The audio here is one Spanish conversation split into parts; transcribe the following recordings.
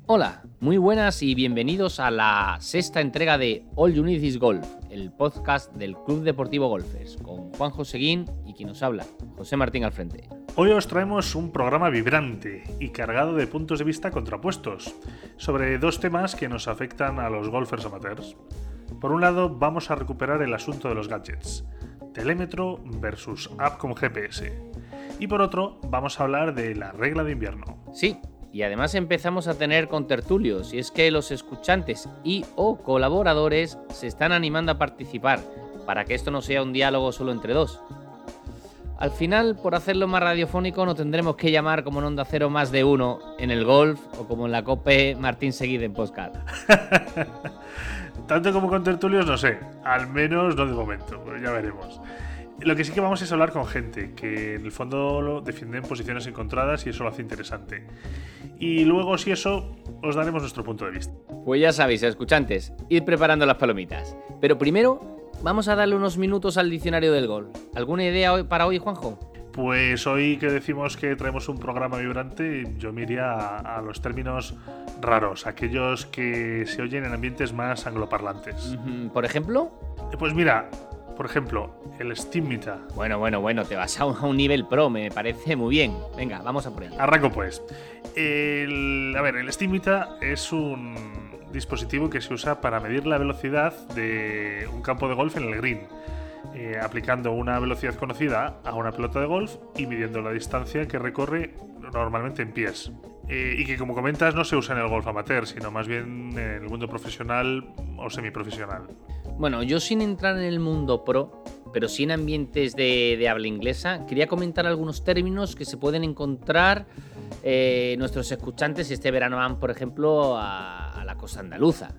Hola, muy buenas y bienvenidos a la sexta entrega de All You Need Is Golf, el podcast del Club Deportivo Golfers, con Juanjo Seguín y quien nos habla, José Martín al frente. Hoy os traemos un programa vibrante y cargado de puntos de vista contrapuestos sobre dos temas que nos afectan a los golfers amateurs. Por un lado, vamos a recuperar el asunto de los gadgets, telémetro versus app con GPS. Y por otro, vamos a hablar de la regla de invierno. Sí, y además empezamos a tener contertulios, y es que los escuchantes y o colaboradores se están animando a participar, para que esto no sea un diálogo solo entre dos. Al final, por hacerlo más radiofónico, no tendremos que llamar como en Onda Cero más de uno en el golf o como en la COPE Martín Seguí en podcast. Tanto como con tertulios, no sé. Al menos no de momento, pero ya veremos. Lo que sí que vamos es hablar con gente que en el fondo defienden posiciones encontradas y eso lo hace interesante. Y luego, si eso, os daremos nuestro punto de vista. Pues ya sabéis, escuchantes, id preparando las palomitas. Pero primero, vamos a darle unos minutos al diccionario del golf. ¿Alguna idea para hoy, Juanjo? Pues hoy que decimos que traemos un programa vibrante, yo me iría a los términos raros, aquellos que se oyen en ambientes más angloparlantes. ¿Por ejemplo? Pues mira, por ejemplo, el Steamita. Bueno, te vas a un nivel pro, me parece muy bien. Venga, vamos a por ello. Arranco pues. El Steamita es un dispositivo que se usa para medir la velocidad de un campo de golf en el green. Aplicando una velocidad conocida a una pelota de golf y midiendo la distancia que recorre normalmente en pies. Y que, como comentas, no se usa en el golf amateur, sino más bien en el mundo profesional o semiprofesional. Bueno, yo sin entrar en el mundo pro, pero sí en ambientes de habla inglesa, quería comentar algunos términos que se pueden encontrar nuestros escuchantes si este verano van, por ejemplo, a la costa andaluza.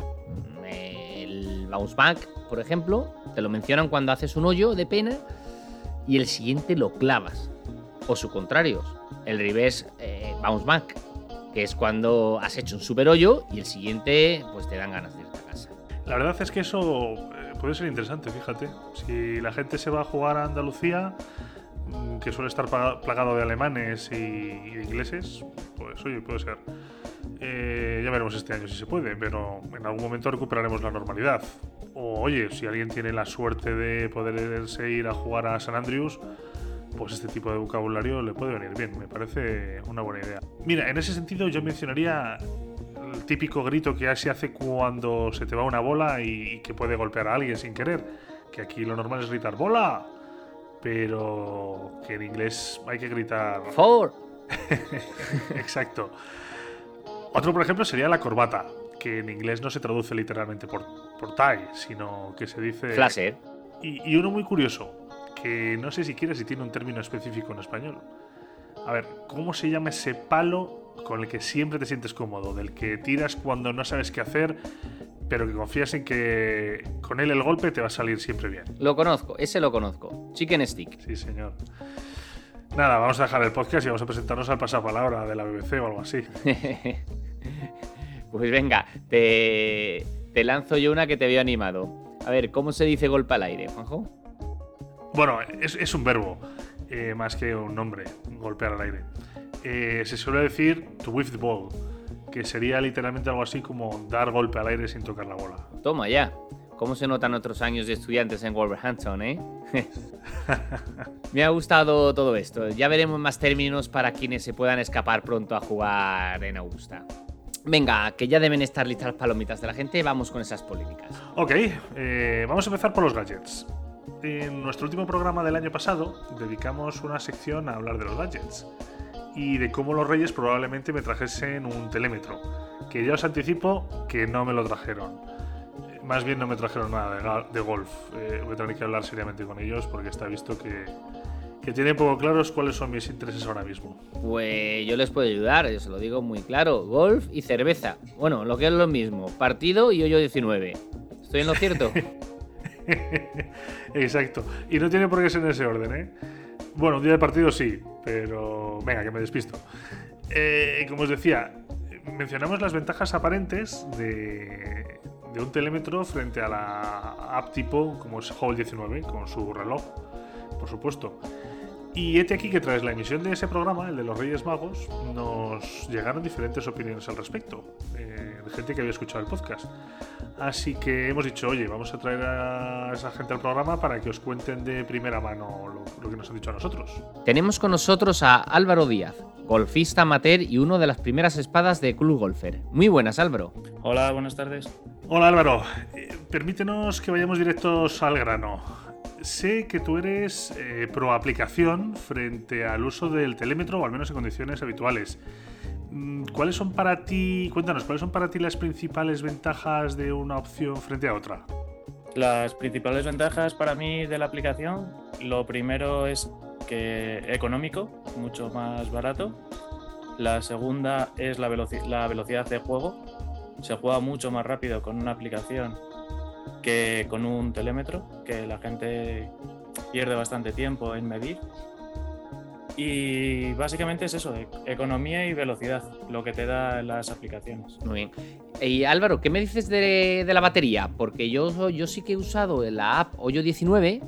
El bounce back, por ejemplo, te lo mencionan cuando haces un hoyo de pena y el siguiente lo clavas. O su contrario, el reverse bounce back, que es cuando has hecho un super hoyo y el siguiente pues te dan ganas de irte a casa. La verdad es que eso puede ser interesante, fíjate. Si la gente se va a jugar a Andalucía, que suele estar plagado de alemanes y de ingleses, pues oye, puede ser. Ya veremos este año si se puede, pero en algún momento recuperaremos la normalidad. O oye, si alguien tiene la suerte de poderse ir a jugar a San Andrews, pues este tipo de vocabulario le puede venir bien. Me parece una buena idea. Mira, en ese sentido yo mencionaría el típico grito que se hace cuando se te va una bola y que puede golpear a alguien sin querer. Que aquí lo normal es gritar ¡bola! Pero que en inglés hay que gritar ¡Four! Exacto. Otro, por ejemplo, sería la corbata, que en inglés no se traduce literalmente por tie, sino que se dice flasher. Y uno muy curioso, que no sé siquiera si tiene un término específico en español. A ver, ¿cómo se llama ese palo con el que siempre te sientes cómodo? Del que tiras cuando no sabes qué hacer, pero que confías en que con él el golpe te va a salir siempre bien. Lo conozco, ese lo conozco. Chicken stick. Sí, señor. Nada, vamos a dejar el podcast y vamos a presentarnos al pasapalabra de la BBC o algo así. Pues venga, te lanzo yo una que te veo animado. A ver, ¿cómo se dice golpe al aire, Juanjo? Bueno, es un verbo, más que un nombre, golpear al aire. Se suele decir to whiff the ball, que sería literalmente algo así como dar golpe al aire sin tocar la bola. Toma ya. ¿Cómo se notan otros años de estudiantes en Wolverhampton, Me ha gustado todo esto. Ya veremos más términos para quienes se puedan escapar pronto a jugar en Augusta. Venga, que ya deben estar listas las palomitas de la gente. Vamos con esas polémicas. Ok, vamos a empezar por los gadgets. En nuestro último programa del año pasado dedicamos una sección a hablar de los gadgets y de cómo los Reyes probablemente me trajesen un telémetro, que ya os anticipo que no me lo trajeron. Más bien no me trajeron nada de golf. Voy a tener que hablar seriamente con ellos porque está visto que tienen poco claros cuáles son mis intereses ahora mismo. Pues yo les puedo ayudar, yo se lo digo muy claro. Golf y cerveza. Bueno, lo que es lo mismo. Partido y hoyo 19. ¿Estoy en lo cierto? Exacto. Y no tiene por qué ser en ese orden, ¿eh? Bueno, un día de partido sí, pero venga, que me despisto. Como os decía, mencionamos las ventajas aparentes de un telémetro frente a la app tipo como es Hole 19 con su reloj, por supuesto. Y hete aquí que tras la emisión de ese programa, el de los Reyes Magos, nos llegaron diferentes opiniones al respecto, de gente que había escuchado el podcast. Así que hemos dicho, oye, vamos a traer a esa gente al programa para que os cuenten de primera mano lo que nos han dicho a nosotros. Tenemos con nosotros a Álvaro Díaz, golfista amateur y uno de las primeras espadas de Club Golfer. Muy buenas, Álvaro. Hola, buenas tardes. Hola, Álvaro. Permítenos que vayamos directos al grano. Sé que tú eres pro aplicación frente al uso del telémetro, o al menos en condiciones habituales. ¿Cuáles son para ti las principales ventajas de una opción frente a otra? Las principales ventajas para mí de la aplicación, lo primero es que económico, mucho más barato. La segunda es la velocidad de juego. Se juega mucho más rápido con una aplicación que con un telémetro, que la gente pierde bastante tiempo en medir. Y básicamente es eso, economía y velocidad, lo que te da las aplicaciones. Muy bien. Y Álvaro, ¿qué me dices de la batería? Porque yo sí que he usado la app Hoyo 19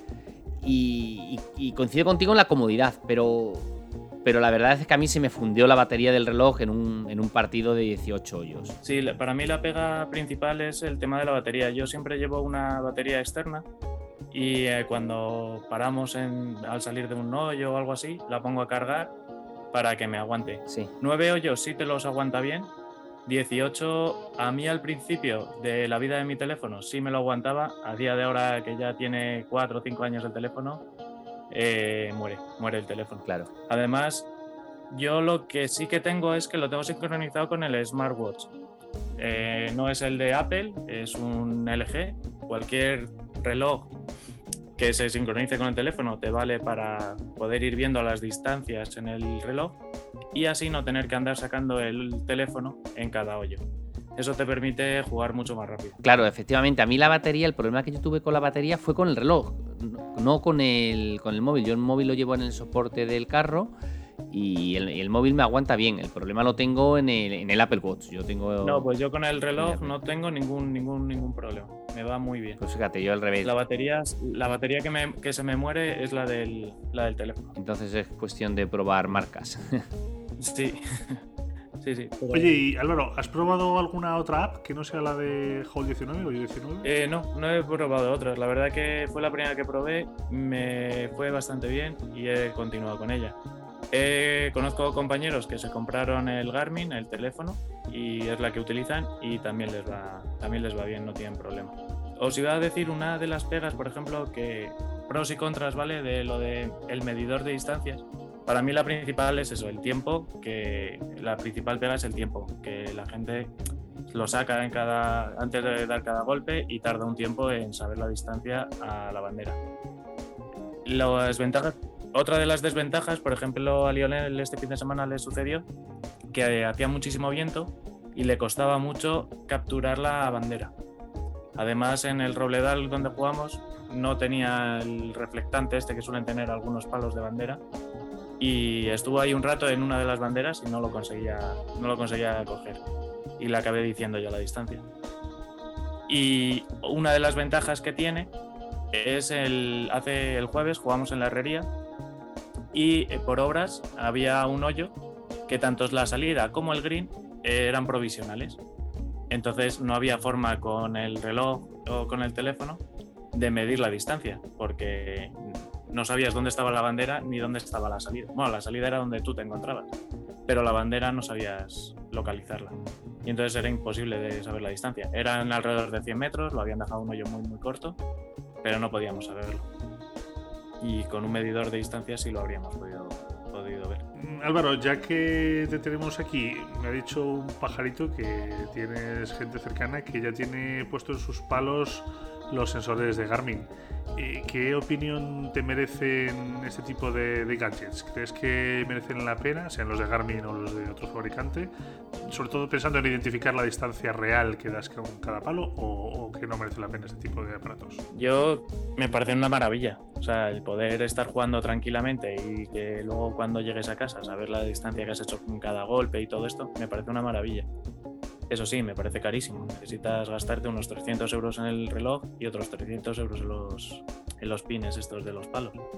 y coincido contigo en la comodidad, pero la verdad es que a mí se me fundió la batería del reloj en un partido de 18 hoyos. Sí, para mí la pega principal es el tema de la batería. Yo siempre llevo una batería externa y cuando paramos al salir de un hoyo o algo así, la pongo a cargar para que me aguante. Sí. 9 hoyos sí te los aguanta bien. 18, a mí al principio de la vida de mi teléfono sí me lo aguantaba. A día de ahora, que ya tiene 4 o 5 años el teléfono, muere el teléfono. Claro. Además, yo lo que sí que tengo es que lo tengo sincronizado con el smartwatch. No es el de Apple, es un LG. Cualquier reloj que se sincronice con el teléfono te vale para poder ir viendo las distancias en el reloj y así no tener que andar sacando el teléfono en cada hoyo. Eso te permite jugar mucho más rápido. Claro, efectivamente. A mí la batería, el problema que yo tuve con la batería fue con el reloj, no con el móvil. Yo el móvil lo llevo en el soporte del carro y el móvil me aguanta bien. El problema lo tengo en el Apple Watch. No, pues yo con el reloj no tengo ningún problema. Me va muy bien. Pues fíjate, yo al revés. La batería que se me muere es la del teléfono. Entonces es cuestión de probar marcas. Sí. Sí. Oye, y Álvaro, ¿has probado alguna otra app que no sea la de Hole 19 o Yo19? No he probado otras. La verdad que fue la primera que probé, me fue bastante bien y he continuado con ella. Conozco compañeros que se compraron el Garmin, el teléfono, y es la que utilizan y también les va bien, no tienen problema. Os iba a decir una de las pegas, por ejemplo, que pros y contras, ¿vale? De lo de el medidor de distancias. Para mí la principal es eso, el tiempo, que la principal pega es el tiempo, que la gente lo saca antes de dar cada golpe y tarda un tiempo en saber la distancia a la bandera. Las ventajas, otra de las desventajas, por ejemplo, a Lionel este fin de semana le sucedió que hacía muchísimo viento y le costaba mucho capturar la bandera. Además, en el Robledal donde jugamos no tenía el reflectante este que suelen tener algunos palos de bandera. Y estuvo ahí un rato en una de las banderas y no lo conseguía coger. Y le acabé diciendo yo la distancia. Y una de las ventajas que tiene es el jueves jugamos en la herrería y por obras había un hoyo que tanto la salida como el green eran provisionales. Entonces no había forma con el reloj o con el teléfono de medir la distancia porque no sabías dónde estaba la bandera ni dónde estaba la salida. Bueno, la salida era donde tú te encontrabas, pero la bandera no sabías localizarla. Y entonces era imposible de saber la distancia. Eran alrededor de 100 metros, lo habían dejado un hoyo muy, muy corto, pero no podíamos saberlo. Y con un medidor de distancia sí lo habríamos podido ver. Álvaro, ya que te tenemos aquí, me ha dicho un pajarito que tienes gente cercana que ya tiene puesto en sus palos los sensores de Garmin. ¿Qué opinión te merecen este tipo de gadgets? ¿Crees que merecen la pena, sean los de Garmin o los de otro fabricante? Sobre todo pensando en identificar la distancia real que das con cada palo o que no merece la pena este tipo de aparatos. Yo me parece una maravilla. O sea, el poder estar jugando tranquilamente y que luego cuando llegues a casa saber la distancia que has hecho con cada golpe y todo esto, me parece una maravilla. Eso sí, me parece carísimo. Necesitas gastarte unos 300 euros en el reloj y otros 300 euros en los pines estos de los palos.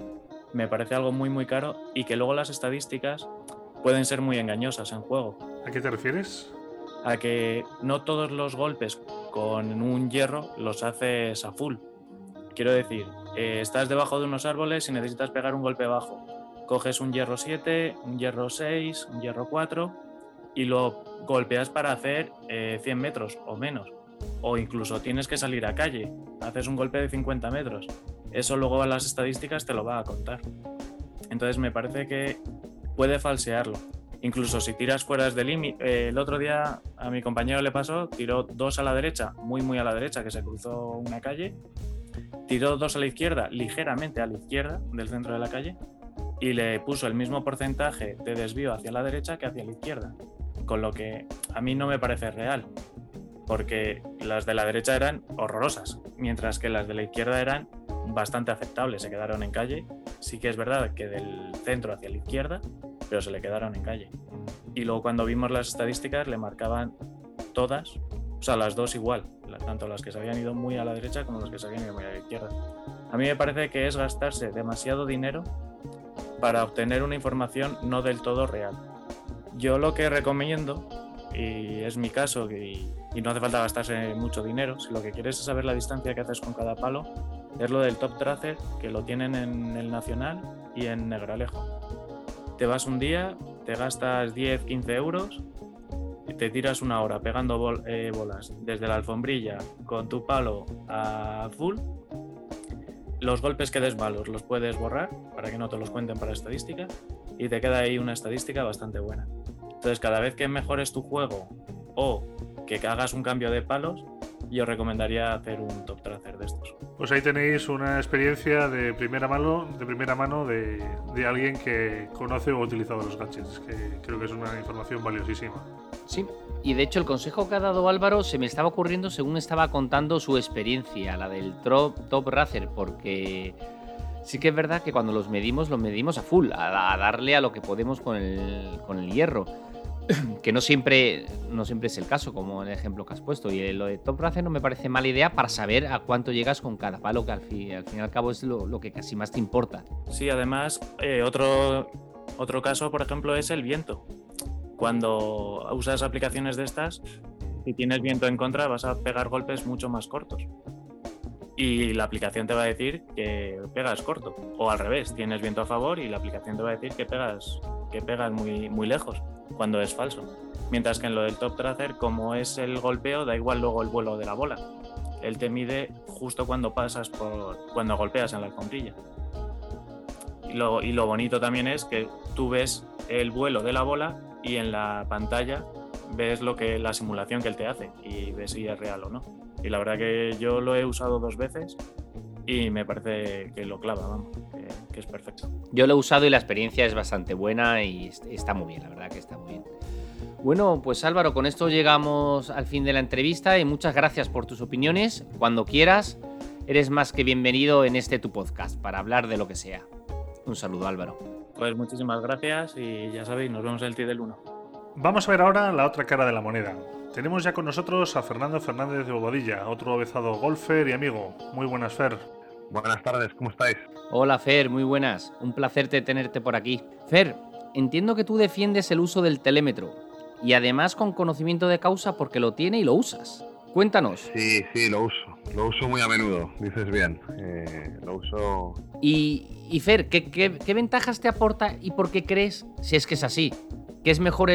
me parece algo muy muy caro y que luego las estadísticas pueden ser muy engañosas en juego. ¿A qué te refieres? A que no todos los golpes con un hierro los haces a full. Quiero decir, estás debajo de unos árboles y necesitas pegar un golpe bajo. Coges un hierro 7, un hierro 6, un hierro 4 y lo golpeas para hacer 100 metros o menos. O incluso tienes que salir a calle, haces un golpe de 50 metros. Eso luego en las estadísticas te lo va a contar. Entonces me parece que puede falsearlo. Incluso si tiras fuera del límite. El otro día a mi compañero le pasó, tiró 2 a la derecha, muy a la derecha, que se cruzó una calle. Tiró 2 a la izquierda, ligeramente a la izquierda del centro de la calle, y le puso el mismo porcentaje de desvío hacia la derecha que hacia la izquierda. Con lo que a mí no me parece real, porque las de la derecha eran horrorosas, mientras que las de la izquierda eran bastante aceptables, se quedaron en calle. Sí que es verdad que del centro hacia la izquierda, pero se le quedaron en calle. Y luego cuando vimos las estadísticas le marcaban todas, o sea, las dos igual, tanto las que se habían ido muy a la derecha como las que se habían ido muy a la izquierda. A mí me parece que es gastarse demasiado dinero para obtener una información no del todo real. Yo lo que recomiendo, y es mi caso, y no hace falta gastarse mucho dinero, si lo que quieres es saber la distancia que haces con cada palo, es lo del Top Tracer, que lo tienen en el Nacional y en Negralejo. Te vas un día, te gastas 10-15 euros y te tiras una hora pegando bolas desde la alfombrilla con tu palo a full. Los golpes que des malos los puedes borrar para que no te los cuenten para estadística y te queda ahí una estadística bastante buena. Entonces, cada vez que mejores tu juego o que hagas un cambio de palos, yo recomendaría hacer un Top Tracer de estos. Pues ahí tenéis una experiencia de primera mano de alguien que conoce o ha utilizado los gadgets, que creo que es una información valiosísima. Sí, y de hecho el consejo que ha dado Álvaro se me estaba ocurriendo según estaba contando su experiencia, la del Top Racer, porque sí que es verdad que cuando los medimos a full, a darle a lo que podemos con el hierro. Que no siempre es el caso, como en el ejemplo que has puesto. Y lo de Top Racer no me parece mala idea para saber a cuánto llegas con cada palo, que al fin y al cabo es lo que casi más te importa. Sí, además, otro caso, por ejemplo, es el viento. Cuando usas aplicaciones de estas, si tienes viento en contra, vas a pegar golpes mucho más cortos. Y la aplicación te va a decir que pegas corto. O al revés, tienes viento a favor y la aplicación te va a decir que pegas muy lejos, cuando es falso. Mientras que en lo del Top Tracer, como es el golpeo, da igual luego el vuelo de la bola. Él te mide justo cuando cuando golpeas en la alfombrilla. Y lo bonito también es que tú ves el vuelo de la bola y en la pantalla ves la simulación que él te hace y ves si es real o no. Y la verdad que yo lo he usado 2 veces y me parece que lo clava, vamos, que es perfecto. Yo lo he usado y la experiencia es bastante buena y está muy bien, la verdad que está muy bien. Bueno, pues Álvaro, con esto llegamos al fin de la entrevista y muchas gracias por tus opiniones. Cuando quieras, eres más que bienvenido en tu podcast para hablar de lo que sea. Un saludo, Álvaro. Pues muchísimas gracias y ya sabéis, nos vemos el TI del 1. Vamos a ver ahora la otra cara de la moneda. Tenemos ya con nosotros a Fernando Fernández de Bobadilla, otro avezado golfer y amigo. Muy buenas, Fer. Buenas tardes, ¿cómo estáis? Hola, Fer, muy buenas. Un placer tenerte por aquí. Fer, entiendo que tú defiendes el uso del telémetro y además con conocimiento de causa porque lo tiene y lo usas. Cuéntanos. Sí, lo uso muy a menudo, dices bien. Lo uso... Y Fer, ¿qué ventajas te aporta y por qué crees, si es que es así, que es mejor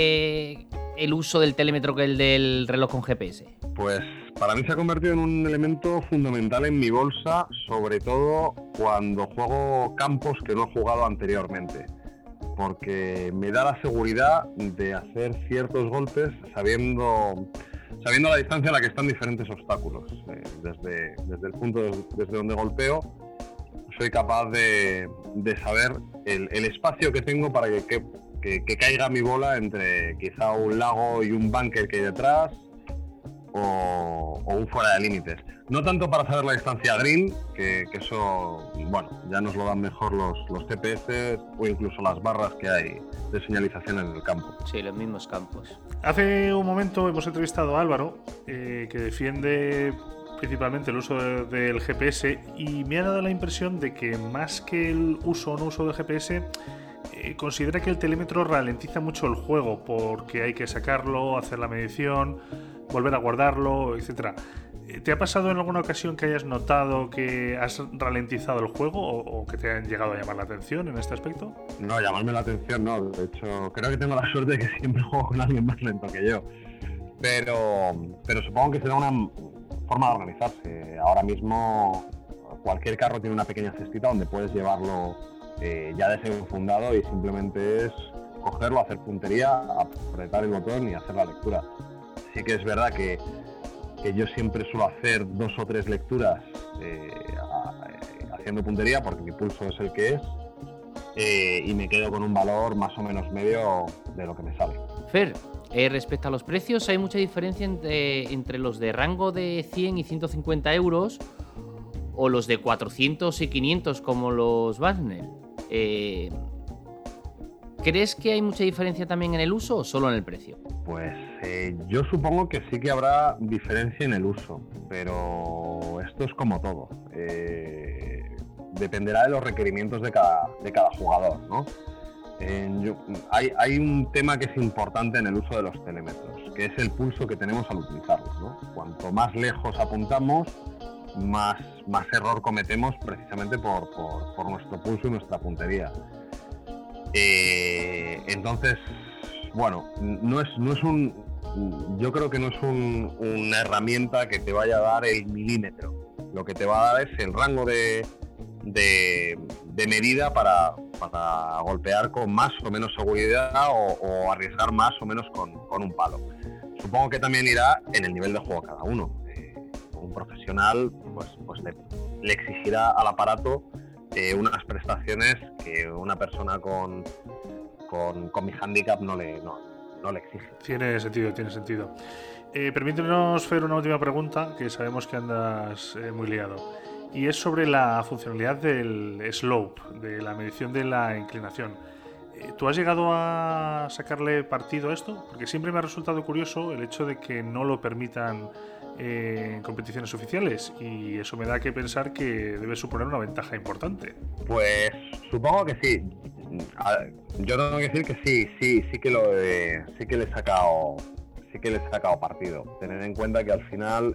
el uso del telémetro que el del reloj con GPS? Pues para mí se ha convertido en un elemento fundamental en mi bolsa, sobre todo cuando juego campos que no he jugado anteriormente, porque me da la seguridad de hacer ciertos golpes sabiendo la distancia a la que están diferentes obstáculos. Desde el punto desde donde golpeo, soy capaz de saber el espacio que tengo para que caiga mi bola entre quizá un lago y un bunker que hay detrás o un fuera de límites. No tanto para saber la distancia green, que eso, bueno, ya nos lo dan mejor los GPS o incluso las barras que hay de señalización en el campo. Sí, los mismos campos. Hace un momento hemos entrevistado a Álvaro, que defiende principalmente el uso del GPS, y me ha dado la impresión de que más que el uso o no uso del GPS, considera que el telémetro ralentiza mucho el juego, porque hay que sacarlo, hacer la medición, volver a guardarlo, etcétera. ¿Te ha pasado en alguna ocasión que hayas notado que has ralentizado el juego o que te han llegado a llamar la atención en este aspecto? No, llamarme la atención no. De hecho, creo que tengo la suerte de que siempre juego con alguien más lento que yo. Pero supongo que será una forma de organizarse. Ahora mismo cualquier carro tiene una pequeña cestita donde puedes llevarlo ya desenfundado y simplemente es cogerlo, hacer puntería, apretar el botón y hacer la lectura. Sí que es verdad que yo siempre suelo hacer 2 o 3 lecturas haciendo puntería porque mi pulso es el que es y me quedo con un valor más o menos medio de lo que me sale. Fer, respecto a los precios, ¿hay mucha diferencia entre los de rango de 100 y 150 euros o los de 400 y 500 como los Wagner? ¿Crees que hay mucha diferencia también en el uso o solo en el precio? Pues yo supongo que sí que habrá diferencia en el uso, pero esto es como todo. Dependerá de los requerimientos de cada jugador, ¿no? Hay un tema que es importante en el uso de los telémetros, que es el pulso que tenemos al utilizarlos, ¿no? Cuanto más lejos apuntamos, más error cometemos precisamente por nuestro pulso y nuestra puntería. Entonces, bueno, yo creo que no es una herramienta que te vaya a dar el milímetro. Lo que te va a dar es el rango de medida para golpear con más o menos seguridad o arriesgar más o menos con un palo. Supongo que también irá en el nivel de juego cada uno. Un profesional pues le exigirá al aparato unas prestaciones que una persona con mi handicap no le exige. Tiene sentido. Permítenos, Fer, una última pregunta, que sabemos que andas muy liado. Y es sobre la funcionalidad del slope, de la medición de la inclinación. ¿Tú has llegado a sacarle partido a esto? Porque siempre me ha resultado curioso el hecho de que no lo permitan en competiciones oficiales, y eso me da que pensar que debe suponer una ventaja importante. Pues supongo que sí. Yo tengo que decir que sí que le he sacado partido. Tener en cuenta que al final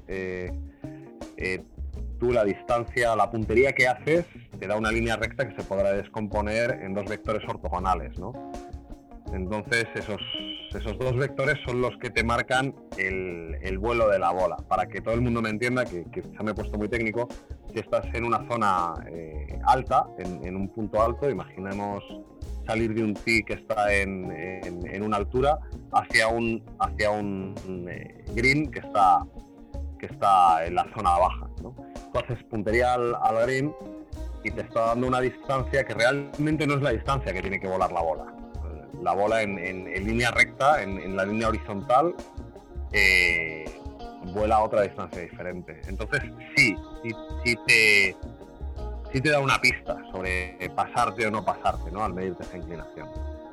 tú la distancia, la puntería que haces te da una línea recta que se podrá descomponer en 2 vectores ortogonales, ¿no? Entonces esos 2 vectores son los que te marcan el vuelo de la bola. Para que todo el mundo me entienda, que quizá me he puesto muy técnico, si estás en una zona alta, en un punto alto, imaginemos salir de un tee que está en una altura hacia un green que está en la zona baja, ¿no? Tú haces puntería al green y te está dando una distancia que realmente no es la distancia que tiene que volar la bola. La bola en línea recta, en la línea horizontal, vuela a otra distancia diferente. Entonces sí te da una pista sobre pasarte o no pasarte, ¿no? Al medirte esa inclinación.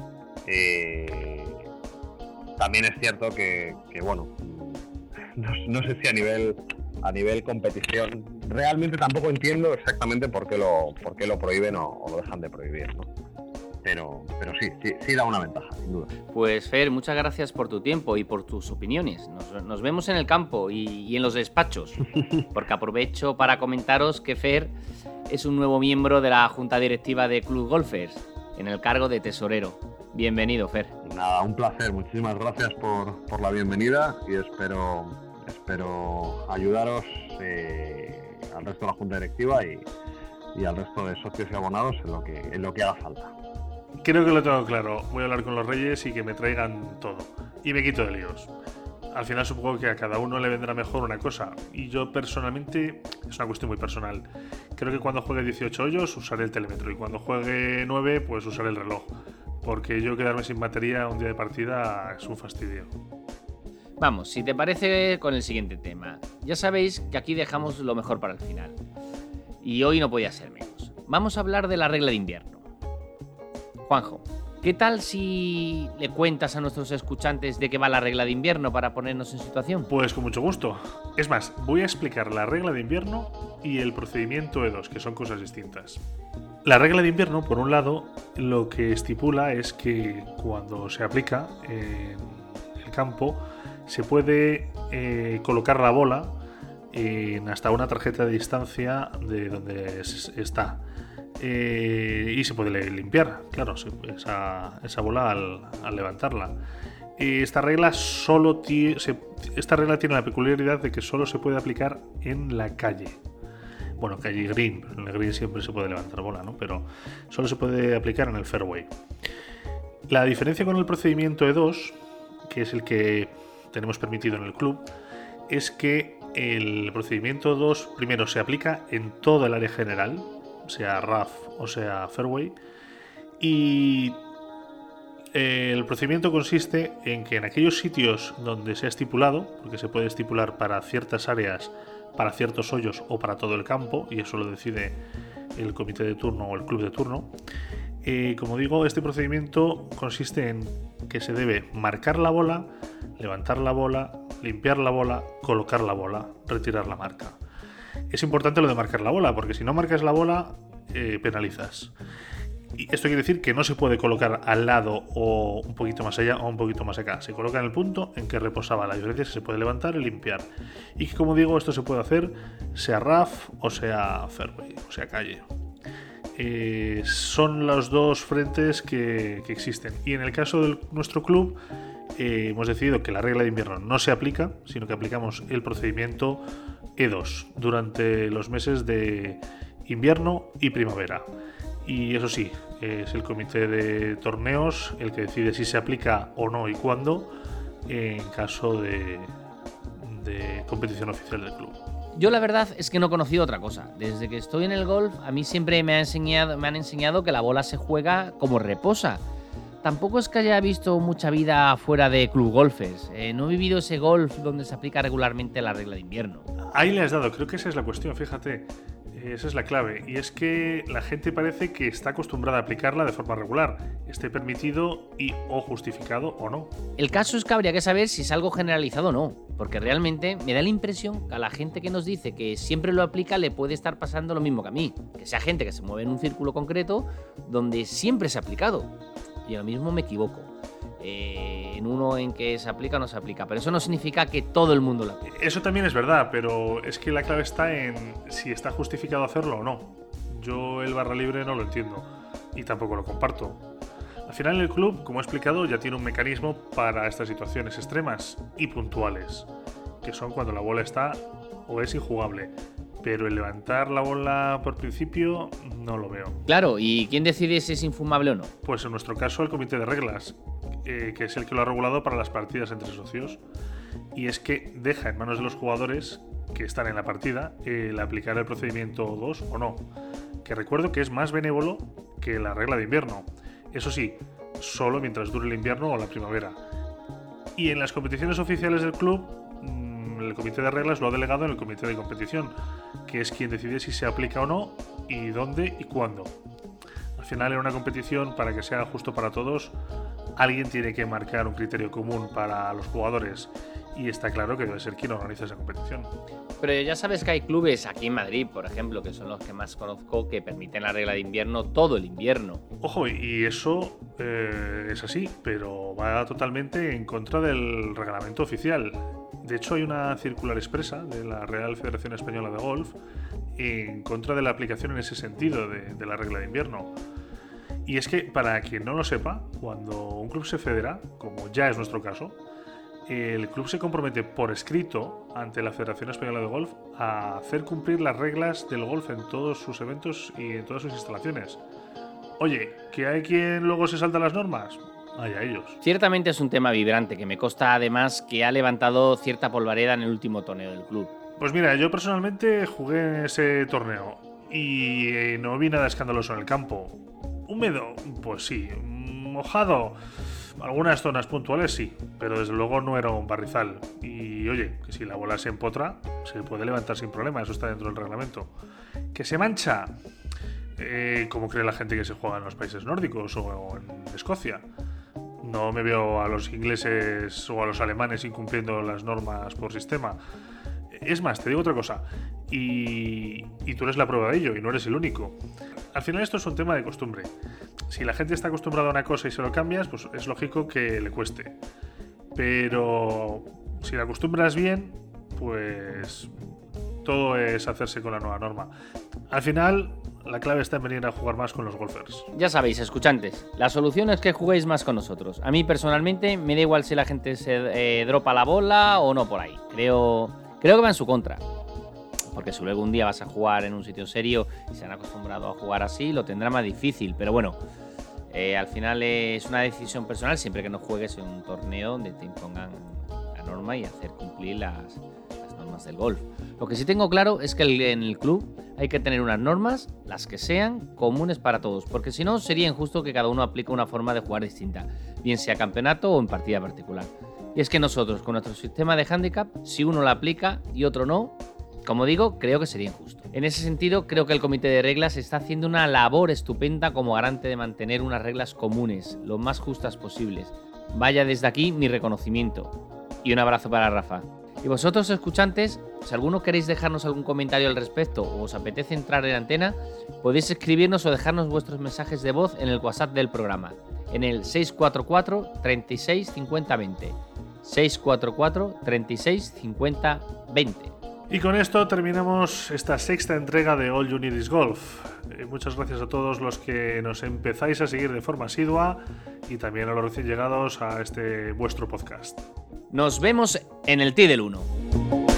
También es cierto que bueno, no sé si a nivel competición realmente tampoco entiendo exactamente por qué lo prohíben o lo dejan de prohibir, ¿no? Pero sí da una ventaja, sin duda. Pues Fer, muchas gracias por tu tiempo y por tus opiniones. Nos vemos en el campo y en los despachos, porque aprovecho para comentaros que Fer es un nuevo miembro de la junta directiva de Club Golfers, en el cargo de tesorero. Bienvenido, Fer. Nada, un placer. Muchísimas gracias por la bienvenida y espero ayudaros al resto de la junta directiva y al resto de socios y abonados en lo que haga falta. Creo que lo tengo claro. Voy a hablar con los Reyes y que me traigan todo. Y me quito de líos. Al final supongo que a cada uno le vendrá mejor una cosa. Y yo personalmente, es una cuestión muy personal, creo que cuando juegue 18 hoyos usaré el telémetro. Y cuando juegue 9, pues usaré el reloj. Porque yo quedarme sin batería un día de partida es un fastidio. Vamos, si te parece, con el siguiente tema. Ya sabéis que aquí dejamos lo mejor para el final. Y hoy no podía ser menos. Vamos a hablar de la regla de invierno. Juanjo, ¿Qué tal si le cuentas a nuestros escuchantes de qué va la regla de invierno para ponernos en situación? Pues con mucho gusto. Es más, voy a explicar la regla de invierno y el procedimiento E2, que son cosas distintas. La regla de invierno, por un lado, lo que estipula es que cuando se aplica en el campo se puede colocar la bola en hasta una tarjeta de distancia de donde está. Y se puede limpiar, claro, esa bola al levantarla. Esta regla tiene la peculiaridad de que solo se puede aplicar en la calle. Bueno, calle green, en el green siempre se puede levantar bola, ¿no? Pero solo se puede aplicar en el fairway. La diferencia con el procedimiento E2, que es el que tenemos permitido en el club, es que el procedimiento 2 primero se aplica en todo el área general, sea rough o sea fairway, y el procedimiento consiste en que en aquellos sitios donde se ha estipulado, porque se puede estipular para ciertas áreas, para ciertos hoyos o para todo el campo, y eso lo decide el comité de turno o el club de turno, como digo, este procedimiento consiste en que se debe marcar la bola, levantar la bola, limpiar la bola, colocar la bola, retirar la marca. Es importante lo de marcar la bola, porque si no marcas la bola, penalizas. Y esto quiere decir que no se puede colocar al lado o un poquito más allá o un poquito más acá. Se coloca en el punto en que reposaba. La diferencia es que se puede levantar y limpiar. Y que, como digo, esto se puede hacer sea rough o sea fairway, o sea calle. Son los dos frentes que existen. Y en el caso de nuestro club, hemos decidido que la regla de invierno no se aplica, sino que aplicamos el procedimiento E2 durante los meses de invierno y primavera. Y eso sí, es el comité de torneos el que decide si se aplica o no y cuándo en caso de competición oficial del club. Yo la verdad es que no he conocido otra cosa. Desde que estoy en el golf, a mí siempre me han enseñado que la bola se juega como reposa. Tampoco es que haya visto mucha vida fuera de club golfers. No he vivido ese golf donde se aplica regularmente la regla de invierno. Ahí le has dado, creo que esa es la cuestión, fíjate. Esa es la clave, y es que la gente parece que está acostumbrada a aplicarla de forma regular, esté permitido y o justificado o no. El caso es que habría que saber si es algo generalizado o no, porque realmente me da la impresión que a la gente que nos dice que siempre lo aplica le puede estar pasando lo mismo que a mí, que sea gente que se mueve en un círculo concreto donde siempre se ha aplicado. Y ahora mismo me equivoco. En uno en que se aplica o no se aplica, pero eso no significa que todo el mundo lo aplique. Eso también es verdad, pero es que la clave está en si está justificado hacerlo o no. Yo el barra libre no lo entiendo y tampoco lo comparto. Al final el club, como he explicado, ya tiene un mecanismo para estas situaciones extremas y puntuales, que son cuando la bola está o es injugable. Pero el levantar la bola por principio no lo veo. Claro, ¿y quién decide si es infumable o no? Pues en nuestro caso el comité de reglas, que es el que lo ha regulado para las partidas entre socios. Y es que deja en manos de los jugadores que están en la partida el aplicar el procedimiento 2 o no. Que recuerdo que es más benévolo que la regla de invierno. Eso sí, solo mientras dure el invierno o la primavera. Y en las competiciones oficiales del club, el comité de reglas lo ha delegado en el comité de competición, que es quien decide si se aplica o no, y dónde y cuándo. Al final, en una competición, para que sea justo para todos, alguien tiene que marcar un criterio común para los jugadores, y está claro que debe ser quien organiza esa competición. Pero ya sabes que hay clubes aquí en Madrid, por ejemplo, que son los que más conozco, que permiten la regla de invierno todo el invierno. Ojo, y eso es así, pero va totalmente en contra del reglamento oficial. De hecho, hay una circular expresa de la Real Federación Española de Golf en contra de la aplicación en ese sentido de la regla de invierno. Y es que, para quien no lo sepa, cuando un club se federa, como ya es nuestro caso, el club se compromete por escrito ante la Federación Española de Golf a hacer cumplir las reglas del golf en todos sus eventos y en todas sus instalaciones. Oye, ¿que hay quien luego se salta las normas? Allá ellos. Ciertamente es un tema vibrante que me consta además que ha levantado cierta polvareda en el último torneo del club. Pues mira, yo personalmente jugué en ese torneo y no vi nada escandaloso en el campo. ¿Húmedo? Pues sí. ¿Mojado? Algunas zonas puntuales sí, pero desde luego no era un barrizal. Y oye, que si la bola se empotra, se puede levantar sin problema, eso está dentro del reglamento. ¿Que se mancha? como cree la gente que se juega en los países nórdicos o en Escocia. No me veo a los ingleses o a los alemanes incumpliendo las normas por sistema. Es más, te digo otra cosa, y tú eres la prueba de ello, y no eres el único. Al final esto es un tema de costumbre. Si la gente está acostumbrada a una cosa y se lo cambias, pues es lógico que le cueste. Pero si la acostumbras bien, pues todo es hacerse con la nueva norma. Al final, la clave está en venir a jugar más con los golfers. Ya sabéis, escuchantes, la solución es que juguéis más con nosotros. A mí personalmente me da igual si la gente se dropa la bola o no por ahí. Creo que va en su contra. Porque si luego un día vas a jugar en un sitio serio y se han acostumbrado a jugar así, lo tendrá más difícil. Pero bueno, al final es una decisión personal siempre que no juegues en un torneo donde te impongan la norma y hacer cumplir las normas del golf. Lo que sí tengo claro es que en el club hay que tener unas normas, las que sean, comunes para todos, porque si no sería injusto que cada uno aplique una forma de jugar distinta, bien sea campeonato o en partida particular. Y es que nosotros, con nuestro sistema de handicap, si uno la aplica y otro no, como digo, creo que sería injusto. En ese sentido, creo que el comité de reglas está haciendo una labor estupenda como garante de mantener unas reglas comunes, lo más justas posibles. Vaya desde aquí mi reconocimiento. Y un abrazo para Rafa. Y vosotros, escuchantes, si alguno queréis dejarnos algún comentario al respecto o os apetece entrar en antena, podéis escribirnos o dejarnos vuestros mensajes de voz en el WhatsApp del programa, en el 644 36 50 20. 644 36 50 20. Y con esto terminamos esta sexta entrega de All You Need Is Golf. Muchas gracias a todos los que nos empezáis a seguir de forma asidua y también a los recién llegados a este vuestro podcast. Nos vemos en el Tee del 1.